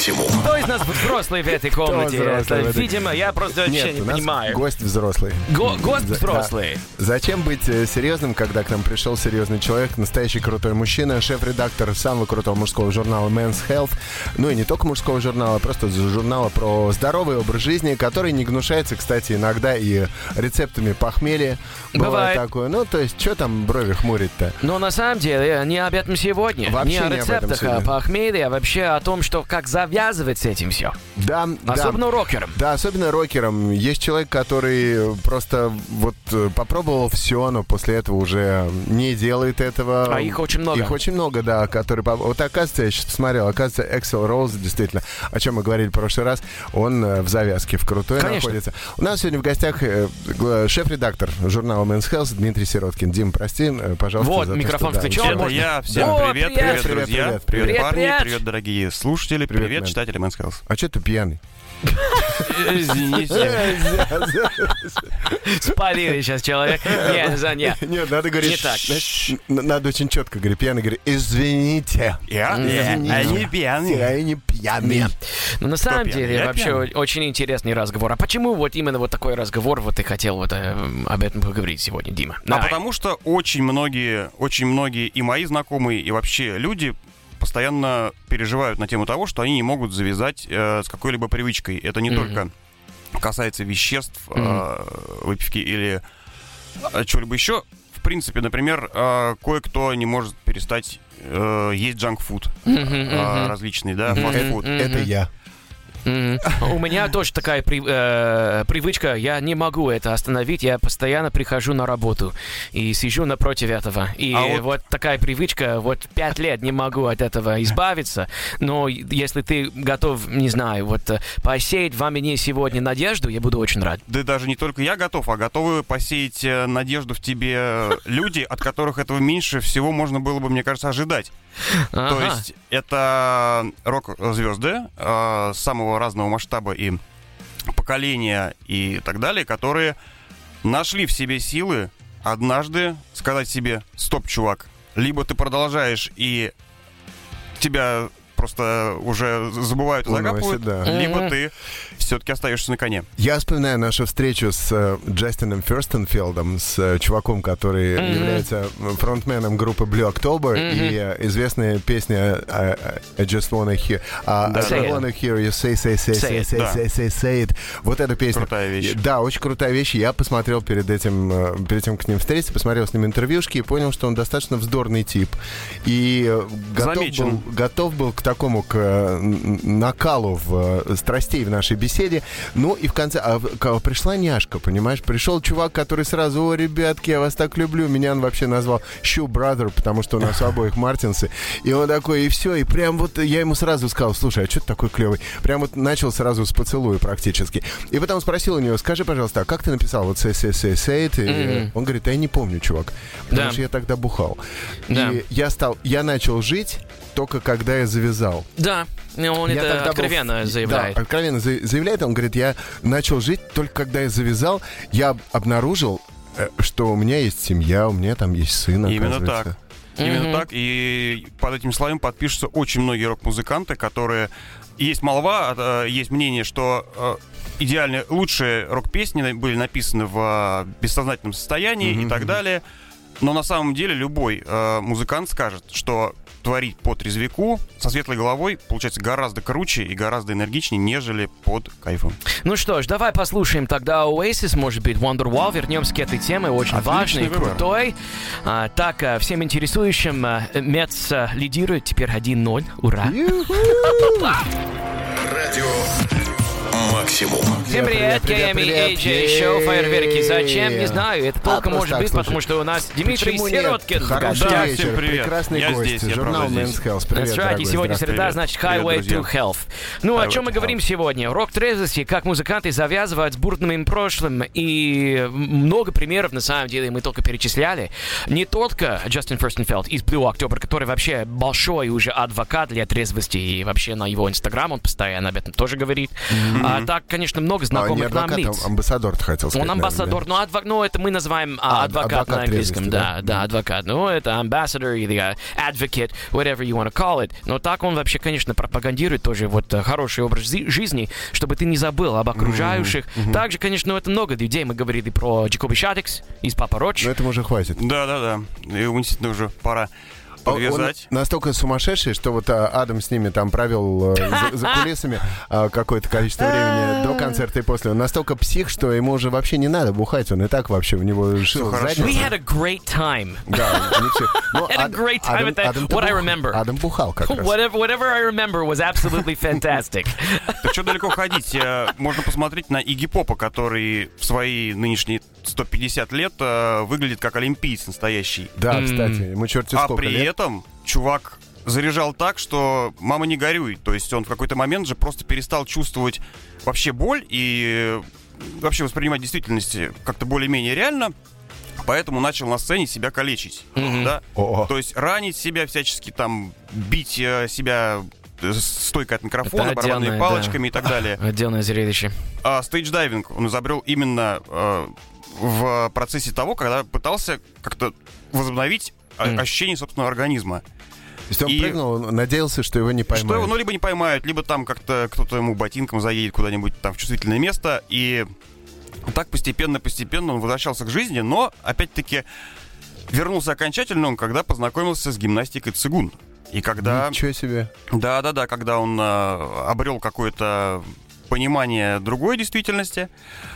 Максимум. Кто из нас взрослый в этой комнате? Видимо, я просто вообще не понимаю. Гость взрослый. Гость взрослый. Зачем быть серьезным, когда к нам пришел серьезный человек, настоящий крутой мужчина, шеф-редактор самого крутого мужского журнала Men's Health, ну и не только мужского журнала, просто журнала про здоровый образ жизни, который не гнушается, кстати, иногда и рецептами похмелья. Бывает такое. Ну, то есть, что там брови хмурить-то? Но на самом деле не об этом сегодня. Вообще не о рецептах, а похмелье, а вообще о том, что как завязывать с этим все. Да. Особенно рокерам. Да, особенно рокерам. Есть человек, который просто вот попробовал все, но после этого уже не делает этого. А их очень много. Их очень много, да, которые... Вот оказывается, я сейчас посмотрел, оказывается, Эксел Роуз, действительно, о чем мы говорили в прошлый раз, он в завязке в крутой находится. У нас сегодня в гостях шеф-редактор журнала Men's Health Дмитрий Сироткин. Дим, прости, пожалуйста. Вот, микрофон включен. Это я. Всем привет, друзья. Привет, парни. Привет, дорогие слушатели. Привет, читатели Men's Health. А что ты пьяный? Извините. Спалили сейчас человек. Нет, надо говорить... Не так. Надо очень четко говорить. Пьяный говорит, извините. Я не пьяный. Я не пьяный. Ну, на самом деле, вообще очень интересный разговор. А почему вот именно вот такой разговор вот ты хотел вот об этом поговорить сегодня, Дима? А потому что очень многие и мои знакомые, и вообще люди постоянно переживают на тему того, что они не могут завязать с какой-либо привычкой. Это не только касается веществ, выпивки или чего-либо еще. В принципе, например, кое-кто не может перестать есть джанк-фуд различный, да, фаст-фуд. Это я. У меня тоже такая привычка, я не могу это остановить, я постоянно прихожу на работу и сижу напротив этого. И вот такая привычка, вот 5 лет не могу от этого избавиться, но если ты готов, не знаю, вот посеять во мне сегодня надежду, я буду очень рад. Да даже не только я готов, а готовы посеять надежду в тебе люди, от которых этого меньше всего можно было бы, мне кажется, ожидать. То есть это рок-звезды самого разного масштаба и поколения и так далее, которые нашли в себе силы однажды сказать себе: стоп, чувак, либо ты продолжаешь и тебя просто уже забывают и закапывают, либо ты все-таки остаешься на коне. Я вспоминаю нашу встречу с Джастином Ферстенфелдом, с чуваком, который является фронтменом группы Blue October, и известная песня I just wanna hear you say it. Вот эта песня. Крутая вещь. Да, очень крутая вещь. Я посмотрел перед этим к ним встретиться, посмотрел с ним интервьюшки и понял, что он достаточно вздорный тип. И готов был к такому, к накалу страстей в нашей беседе. Ну и в конце пришла няшка, понимаешь? Пришел чувак, который сразу: о, ребятки, я вас так люблю. Меня он вообще назвал Shoe Brother, потому что у нас у обоих мартинсы. И он такой, и все. И прям вот я ему сразу сказал: слушай, а что ты такой клевый? Прям вот начал сразу с поцелуя практически. И потом спросил у него: скажи, пожалуйста, а как ты написал вот say it? И он говорит: я не помню, чувак, потому что я тогда бухал. И я начал жить только когда я завязал. Да, он это откровенно заявляет. Да, откровенно заявляет. Он говорит: я начал жить только когда я завязал. Я обнаружил, что у меня есть семья, у меня там есть сын, Именно так. Именно так. И под этим словами подпишутся очень многие рок-музыканты, которые... Есть молва, есть мнение, что идеальные, лучшие рок-песни были написаны в бессознательном состоянии и так далее. Но на самом деле любой музыкант скажет, что творить по трезвику со светлой головой получается гораздо круче и гораздо энергичнее, нежели под кайфом. Ну что ж, давай послушаем тогда Oasis, может быть, Wonderwall. Вернемся к этой теме, очень важной, крутой. Так, всем интересующим, Мец лидирует теперь 1-0. Ура! Радио Максимум. Всем привет, КМ и AJ Шоу, фейерверки. Зачем? Не знаю, это только может быть, потому что у нас Дмитрий Сироткин. Хороший вечер, всем привет. Прекрасный Я гость, здесь, журнал Men's Health. Привет, That's right, и сегодня среда, значит Highway to Health. Ну, о чем мы говорим сегодня? Рок трезвости, как музыканты завязывают с бурным прошлым, и много примеров, на самом деле, мы только перечисляли. Не только Джастин Ферстенфелд из Blue October, который вообще большой уже адвокат для трезвости, и вообще на его Инстаграм он постоянно об этом тоже говорит. А так, конечно, много знакомых нам лиц. Амбассадор, ты хотел сказать. Он амбассадор, но это мы называем адвокат на английском. Да, адвокат. Ну, это ambassador или advocate, whatever you want to call it. Но так он вообще, конечно, пропагандирует тоже вот хороший образ жизни, чтобы ты не забыл об окружающих. Также, конечно, это много людей. Мы говорили про Джекоби Шаттекс из Папа Роч. Но этому уже хватит. Да. И ему действительно уже пора подвязать. Он настолько сумасшедший, что вот Адам с ними там провел за кулисами какое-то количество времени до концерта и после. Он настолько псих, что ему уже вообще не надо бухать. Он и так вообще, у него шило задница. We had a great time. Да, had a great time at that. What I remember. Адам бухал как раз. Whatever I remember was absolutely fantastic. Так что далеко ходить? Можно посмотреть на Игги Попа, который в свои нынешние 150 лет выглядит как олимпиец настоящий. Да, кстати, ему черти сколько лет. А при этом чувак заряжал так, что мама не горюй. То есть он в какой-то момент же просто перестал чувствовать вообще боль и вообще воспринимать действительность как-то более-менее реально. Поэтому начал на сцене себя калечить. Да? То есть ранить себя всячески, там, бить себя стойкой от микрофона, барабанными палочками и так далее. Отдельное зрелище. А стейдж-дайвинг он изобрел именно в процессе того, когда пытался как-то возобновить ощущение собственного организма. То есть он прыгнул, надеялся, что его не поймают. Что его, либо не поймают, либо там как-то кто-то ему ботинком заедет куда-нибудь там в чувствительное место. И так постепенно он возвращался к жизни, но, опять-таки, вернулся окончательно он, когда познакомился с гимнастикой цигун. И когда... Ничего себе. Да, когда он обрел какое-то понимание другой действительности.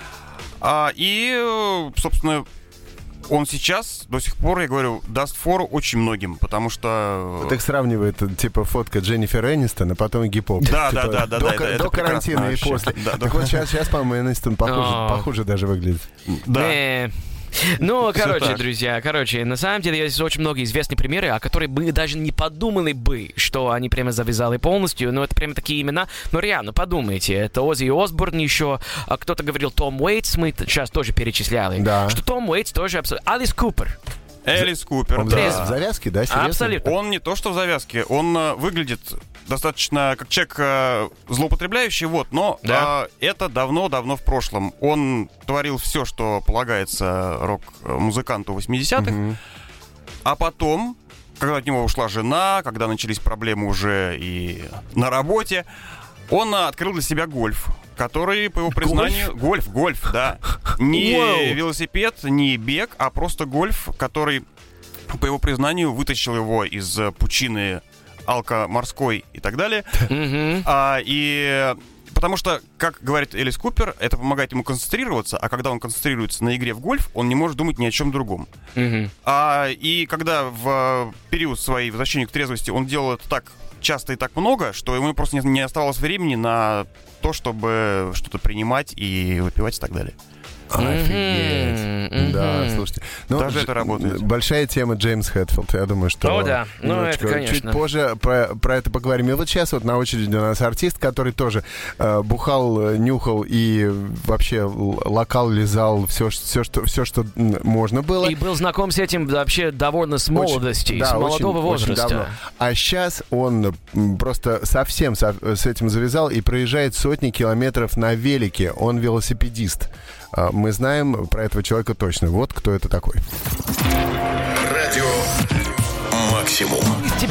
И, собственно, он сейчас, до сих пор, я говорю, даст фору очень многим, потому что... Так сравнивает, типа, фотка Дженнифер Энистон, а потом Игги Поп. Да. До карантина и после. Так вот сейчас, по-моему, Энистон похуже даже выглядит. Да. Ну, друзья, на самом деле есть очень много известных примеров, о которых мы даже не подумали бы, что они прямо завязали полностью, но это прямо такие имена, но реально, подумайте, это Оззи Осборн еще, кто-то говорил Том Уэйтс, мы сейчас тоже перечисляли, что Том Уэйтс тоже абсолютно... Алис Купер. Элис Купер, он в завязке, да? Серьезно? Абсолютно. Он не то что в завязке, он выглядит достаточно как человек злоупотребляющий, но это давно-давно в прошлом. Он творил все, что полагается рок-музыканту 80-х, а потом, когда от него ушла жена, когда начались проблемы уже и на работе, он открыл для себя гольф, который, по его признанию... Гольф, да. Не велосипед, не бег, а просто гольф, который, по его признанию, вытащил его из пучины алко-морской и так далее. И потому что, как говорит Элис Купер, это помогает ему концентрироваться, а когда он концентрируется на игре в гольф, он не может думать ни о чем другом. И когда в период своей возвращения к трезвости он делал это так часто и так много, что ему просто не оставалось времени на то, чтобы что-то принимать и выпивать и так далее. Офигеть. Да, слушайте. Даже это работает. Большая тема Джеймс Хэтфилд. Я думаю, что... это, конечно. Чуть позже про это поговорим. И вот сейчас вот на очереди у нас артист, который тоже бухал, нюхал и вообще локал, лизал все, что можно было. И был знаком с этим вообще довольно с молодости, с молодого возраста. Очень давно. А сейчас он просто совсем с этим завязал и проезжает сотни километров на велике. Он велосипедист. Мы знаем про этого человека точно. Вот кто это такой. Радио Максимум.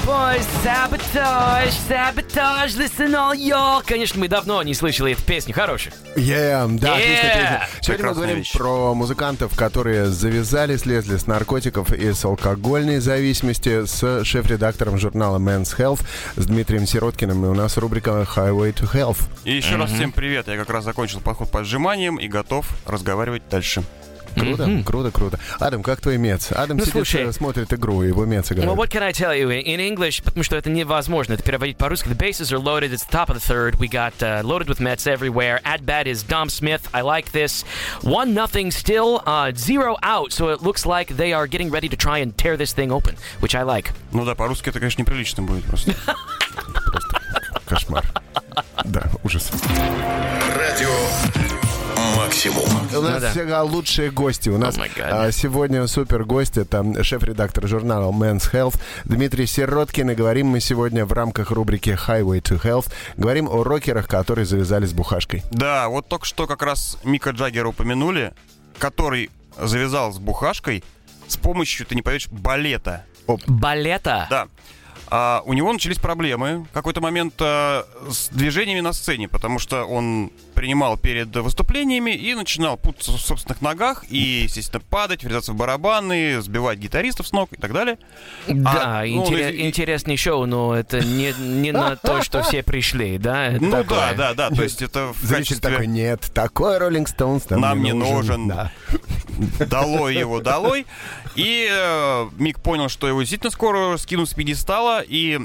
Sabotage, listen all y'all. Конечно, мы давно не слышали эту песню. Хорошая. Да, отличная песня. Сегодня мы говорим про музыкантов, которые завязали, слезли с наркотиков и с алкогольной зависимости, с шеф-редактором журнала Men's Health, с Дмитрием Сироткиным. И у нас рубрика Highway to Health. И еще раз всем привет. Я как раз закончил поход по отжиманиям и готов разговаривать дальше. Круто. Адам, как твой мец? Адам сидит, смотрит игру, его мец играет. Well, what can I tell you? In English, потому что это невозможно это переводить по-русски. The bases are loaded. It's the top of the third. We got loaded with Mets everywhere. At bat is Dom Smith. I like this. 1-0 still. 0 out. So it looks like they are getting ready to try and tear this thing open, which I like. Ну да, по-русски это, конечно, неприлично будет просто. Просто кошмар. Да, ужас. Радио максимум. У нас всегда лучшие гости. У нас сегодня супер гость. Это шеф-редактор журнала Men's Health Дмитрий Сироткин. И говорим мы сегодня в рамках рубрики Highway to Health. Говорим о рокерах, которые завязали с бухашкой. Да, вот только что как раз Мика Джаггера упомянули, который завязал с бухашкой с помощью, ты не поверишь, балета. Балета? Да. У него начались проблемы в какой-то момент с движениями на сцене, потому что он принимал перед выступлениями и начинал путаться в собственных ногах и, естественно, падать, врезаться в барабаны, сбивать гитаристов с ног и так далее. Да, интересный шоу, но это не на то, что все пришли, да? Ну да, то есть это в качестве... такой, нет, такой Роллинг Стоунс нам не нужен. Да. Долой его, долой. И Мик понял, что его действительно скоро скинут с пьедестала, и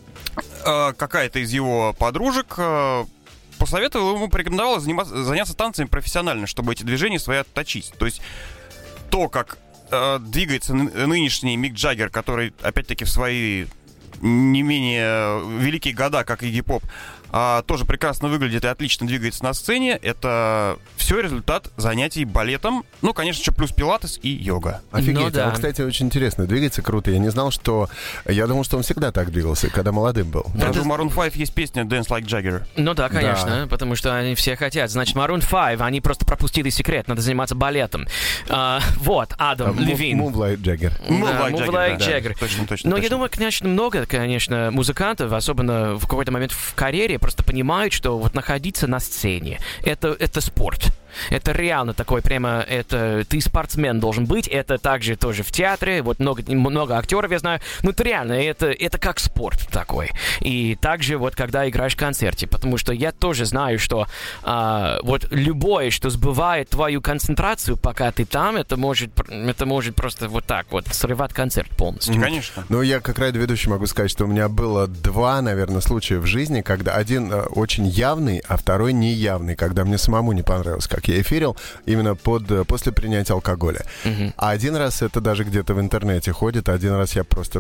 какая-то из его подружек посоветовала ему, порекомендовала заняться танцами профессионально, чтобы эти движения свои отточить. То есть то, как двигается нынешний Мик Джаггер, который, опять-таки, в свои не менее великие года, как Игги Поп, тоже прекрасно выглядит и отлично двигается на сцене. Это все результат занятий балетом. Ну, конечно, еще плюс пилатес и йога. Офигеть. Ну, да. Он, кстати, очень интересно двигается, круто. Я не знал, что... Я думал, что он всегда так двигался, когда молодым был. Даже у Maroon 5 есть песня «Dance Like Jagger». Ну да, конечно, потому что они все хотят. Значит, Maroon 5, они просто пропустили секрет, надо заниматься балетом. Вот, Адам Левин. Move Like Jagger. Move Like Jagger. Точно. Но я думаю, конечно, много, музыкантов, особенно в какой-то момент в карьере, просто понимают, что вот находиться на сцене это спорт. Это реально такой прямо, это ты спортсмен должен быть, это также тоже в театре, вот много актеров я знаю, но это реально, это как спорт такой. И также вот когда играешь в концерте, потому что я тоже знаю, что вот любое, что сбивает твою концентрацию, пока ты там, это может просто вот так вот срывать концерт полностью. Конечно. Ну, я как радиоведущий могу сказать, что у меня было 2, наверное, случая в жизни, когда один очень явный, а второй неявный, когда мне самому не понравилось, как я эфирил, именно после принятия алкоголя. А один раз это даже где-то в интернете ходит, а один раз я просто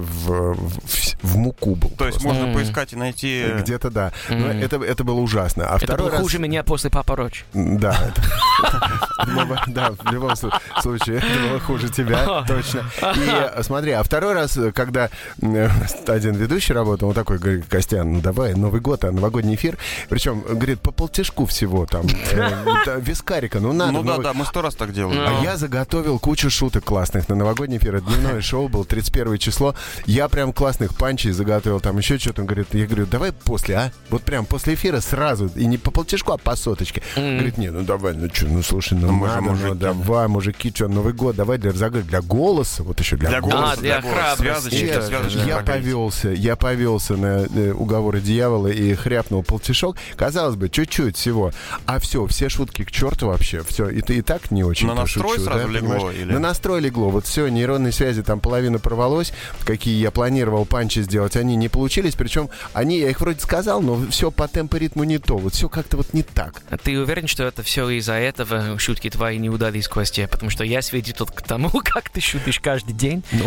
в муку был. То есть можно поискать и найти... Где-то, да. Но это было ужасно. А это было хуже меня после Папа Роч. Да. Да, в любом случае, это было хуже тебя, точно. И смотри, а второй раз, когда один ведущий работал, он такой говорит: Костян, ну давай, Новый год, новогодний эфир. Причем, говорит, по полтишку всего там, вискарика, ну надо. Ну да, мы 100 раз так делаем. А я заготовил кучу шуток классных на новогодний эфир. Это дневное шоу было, 31 число. Я прям классных панчей заготовил, там еще что-то. Он говорит, я говорю, давай после, а? Вот прям после эфира сразу. И не по полтишку, а по соточке. Говорит, не, ну давай, ну что, ну слушай, ну надо, давай, мужики, что, Новый год, давай для голоса, вот еще для голоса. Для храбрости. Я повелся на уговоры дьявола и хряпнул полтишок. Казалось бы, чуть-чуть всего. А все шутки к черту вообще. Все, и так не очень на настрой пошучу, сразу да, легло? Или? На настрой легло. Вот все, нейронные связи, там половина порвалось. Какие я планировал панчи сделать, они не получились. Причем я их вроде сказал, но все по темпу, ритму не то. Вот все как-то вот не так. А ты уверен, что это все из-за этого шутки твои не удались, Костя? Потому что я свидетель к тому, как ты шутишь каждый день. Ну,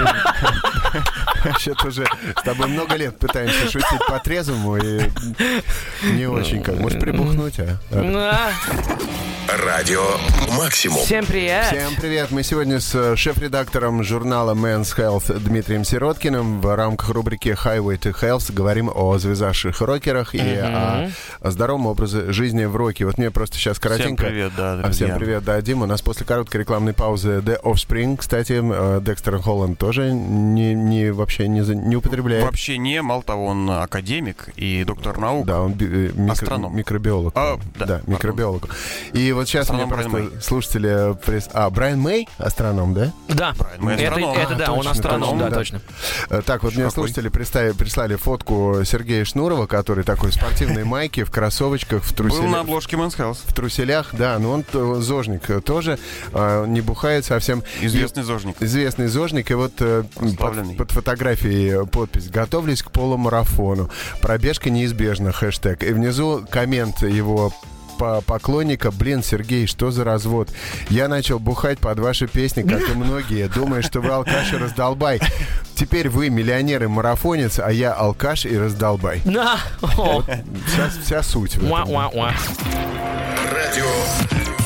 вообще-то уже с тобой много лет пытаемся шутить по-трезвому и не очень как. Может, прибухнуть, а? Радио Максимум. Всем привет. Всем привет. Мы сегодня с шеф-редактором журнала Men's Health Дмитрием Сироткиным в рамках рубрики Highway to Health говорим о завязавших рокерах и о здоровом образе жизни в роке. Вот мне просто сейчас коротенько... Всем привет, да, друзья. Всем привет, да, Дим. У нас после короткой рекламной паузы The Offspring, кстати, Декстер Холланд тоже вообще не употребляет. Вообще не, мало того, он академик и доктор наук. Да, он астроном. Микробиолог. Да, микробиолог. И вот сейчас мне просто слушатели... Брайан Мэй астроном, да? Да, это да, он астроном, да, точно. Так, вот мне слушатели прислали фотку Сергея Шнурова, который такой в спортивной майке, в кроссовочках, в труселях. Был на обложке Men's Health. В труселях, да, но он зожник тоже, не бухает совсем. Известный зожник. Известный зожник, и вот под фотографией подпись «Готовлюсь к полумарафону. Пробежка неизбежна», хэштег. И внизу коммент его поклонника: блин, Сергей, что за развод? Я начал бухать под ваши песни, как и многие, думая, что вы алкаш и раздолбай. Теперь вы миллионер и марафонец, а я алкаш и раздолбай. Вот вся суть в этом. Радио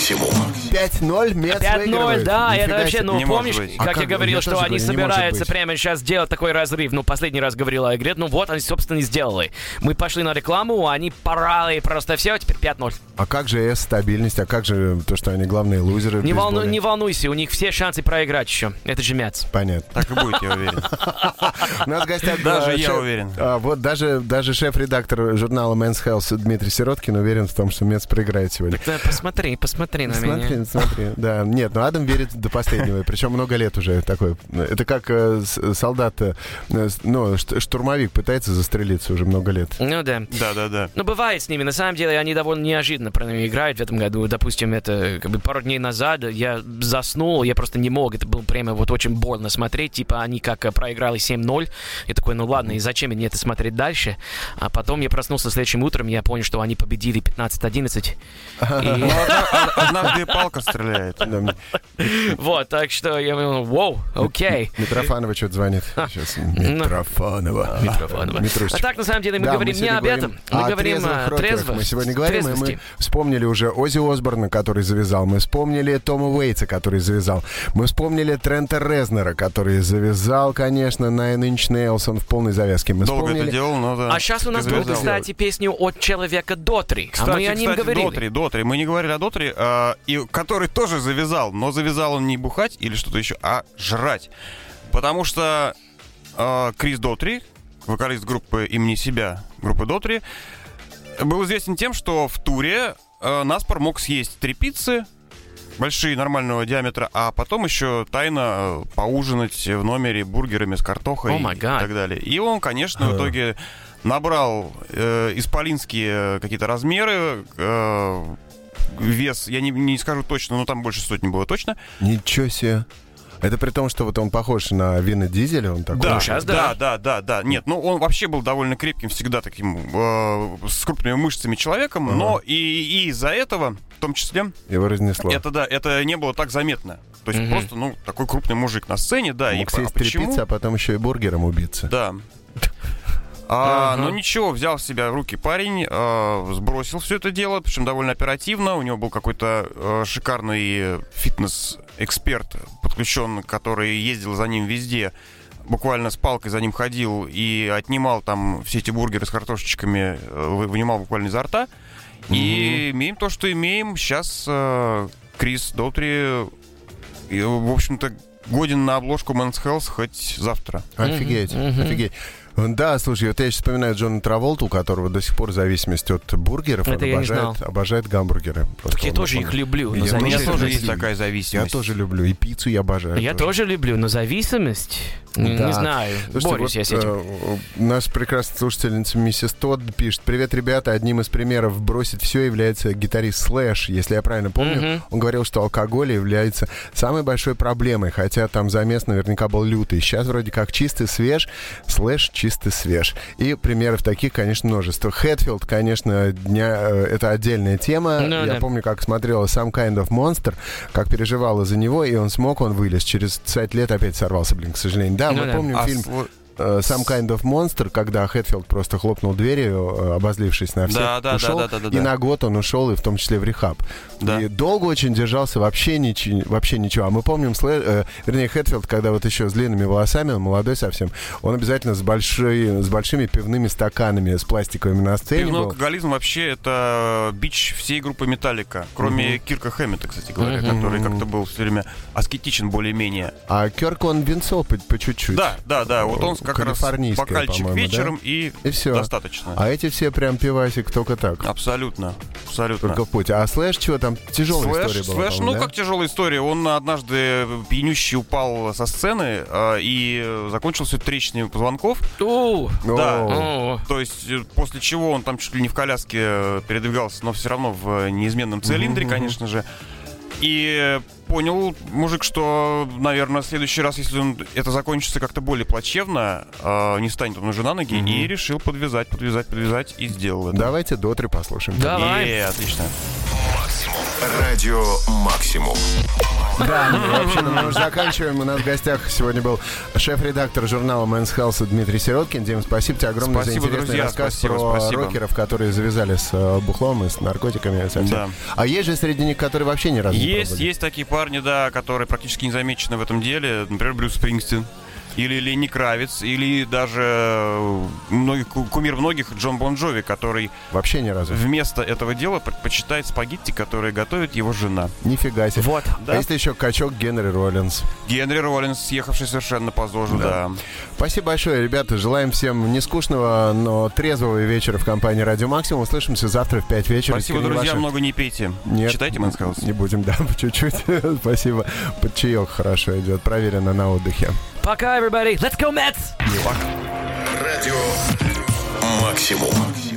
Максимум. 5-0, Мец 5-0, да, Нифига это вообще, себе. ну, Не помнишь, может быть. как я говорил, что они собираются быть. прямо сейчас сделать такой разрыв, ну, последний раз говорил о игре, ну, вот они, собственно, и сделали. Мы пошли на рекламу, они порали просто все, теперь 5-0. А как же стабильность, а как же то, что они главные лузеры в Не бейсболе? волнуйся, у них все шансы проиграть еще. Это же Мец. Понятно. Так и будет, я уверен. У нас в гостях Даже я уверен. Вот даже шеф-редактор журнала Men's Health Дмитрий Сироткин уверен в том, что Мец проиграет сегодня. Да, посмотри на меня. Смотри, да. Нет, ну Адам верит до последнего, причем много лет уже такой. Это как солдат, штурмовик пытается застрелиться уже много лет. Ну да. Да. Ну, бывает с ними. На самом деле, они довольно неожиданно про них играют в этом году. Допустим, это как бы пару дней назад я заснул, я просто не мог. Это было прямо вот очень больно смотреть. Типа, они как проиграли 7-0. Я такой, ну ладно, и зачем мне это смотреть дальше? А потом я проснулся следующим утром, я понял, что они победили 15-11. Однажды палка стреляет. Вот, так что я думал, вау, окей. Митрофанова что-то звонит. Сейчас. Митрофанова. А так, на самом деле, мы говорим не об этом. Мы говорим о трезвости. Мы сегодня говорим, и мы вспомнили уже Оззи Осборна, который завязал. Мы вспомнили Тома Уэйтса, который завязал. Мы вспомнили Трента Резнера, который завязал, конечно, Nine Inch Nails. Он в полной завязке. Мы Долго вспомнили... это делал, но да. А сейчас у нас будет, кстати, песню от человека Дотри. Кстати, мы о нем говорили. Дотри. Мы не говорили о Дотри, который тоже завязал. Но завязал он не бухать или что-то еще, а жрать. Потому что Крис Дотри, вокалист группы имени себя, группы Дотри, был известен тем, что в туре наспор мог съесть 3 пиццы, большие, нормального диаметра, а потом еще тайно поужинать в номере бургерами с картохой и так далее. И он, конечно, в итоге набрал исполинские какие-то размеры, вес, я не скажу точно, но там больше сотни было точно. Ничего себе. Это при том, что вот он похож на Вина Дизеля, он такой. Да, сейчас, да. Нет, ну он вообще был довольно крепким, всегда таким с крупными мышцами человеком, но и из-за этого, в том числе, его разнесло. Это не было так заметно. То есть просто, такой крупный мужик на сцене, да. Мог съесть 3 пиццы, а потом еще и бургером убиться. Да. Ну ничего, взял в себя в руки парень, сбросил все это дело, причем довольно оперативно. У него был какой-то шикарный фитнес-эксперт подключен, который ездил за ним везде, буквально с палкой за ним ходил и отнимал там все эти бургеры с картошечками, вынимал буквально изо рта. И имеем то, что имеем. Сейчас Крис Дотри, в общем-то, годен на обложку Men's Health хоть завтра. Офигеть. Да, слушай, вот я сейчас вспоминаю Джона Траволту, у которого до сих пор зависимость от бургеров. Это Он обожает гамбургеры. Так я тоже их люблю. У меня тоже есть такая зависимость. Я тоже люблю. И пиццу я обожаю. Я тоже люблю, но зависимость... Не знаю, борюсь я с этим. Наша прекрасная слушательница миссис Тодд пишет: привет, ребята, одним из примеров бросить все является гитарист Слэш. Если я правильно помню, он говорил, что алкоголь является самой большой проблемой, хотя там замес наверняка был лютый. Сейчас вроде как чистый свеж, Слэш чистый свеж. И примеров таких, конечно, множество. Хэтфилд, конечно, это отдельная тема. Я помню, как смотрела Some Kind of Monster, как переживала за него, и он вылез. Через 5 лет опять сорвался, к сожалению. Да, мы помним фильм Some Kind of Monster, когда Хэтфилд просто хлопнул дверью, обозлившись на всех, ушел, и на год он ушел, и в том числе в рехаб. Да. И долго очень держался, вообще ничего. А мы помним, Хэтфилд, когда вот еще с длинными волосами, он молодой совсем, он обязательно с большими пивными стаканами, с пластиковыми на сцене Пивной был. алкоголизм вообще это бич всей группы Металлика, кроме Кирка Хэммета, кстати говоря, который как-то был все время аскетичен более-менее. А Кирк, он винцо по чуть-чуть. Да, вот он как раз бокальчик вечером, да? и все. Достаточно. А эти все прям пивасик только так. Абсолютно. Только в путь. А Слэш чего там? Тяжелая история была. Слэш, да? Как тяжелая история. Он однажды пьянющий упал со сцены и закончился трещиной позвонков. Да. То есть после чего он там чуть ли не в коляске передвигался, но все равно в неизменном цилиндре, конечно же. И понял мужик, что, наверное, в следующий раз, если это закончится как-то более плачевно, не встанет он уже на ноги, и решил подвязать, и сделал это. Давайте Дотри послушаем. Давай. Отлично. Максимум. Радио Максимум. Да, вообще мы уже заканчиваем. У нас в гостях сегодня был шеф-редактор журнала Men's Health Дмитрий Сироткин. Дим, спасибо тебе огромное за интересный рассказ про рокеров, которые завязали с бухлом и с наркотиками. Да. А есть же среди них, которые вообще ни разу не пробовали? Есть такие парни, да, которые практически не замечены в этом деле. Например, Брюс Спрингстин. Или Ленни Кравиц, или даже кумир многих Джон Бон Джови, который вообще ни разу вместо этого дела предпочитает спагетти, которые готовит его жена. Нифига себе. Вот. Да? А если еще качок Генри Роллинс? Генри Роллинс, съехавший совершенно по ЗОЖу, да. Спасибо большое, ребята. Желаем всем не скучного, но трезвого вечера в компании Радио Максимум. Услышимся завтра в 5 вечера. Спасибо, друзья. Много не пейте. Нет, читайте Men's Health. Не будем, да, по чуть-чуть. Спасибо. Под чаек хорошо идет. Проверено на отдыхе. Пока, everybody. Let's go, Mets! Радио Максимум.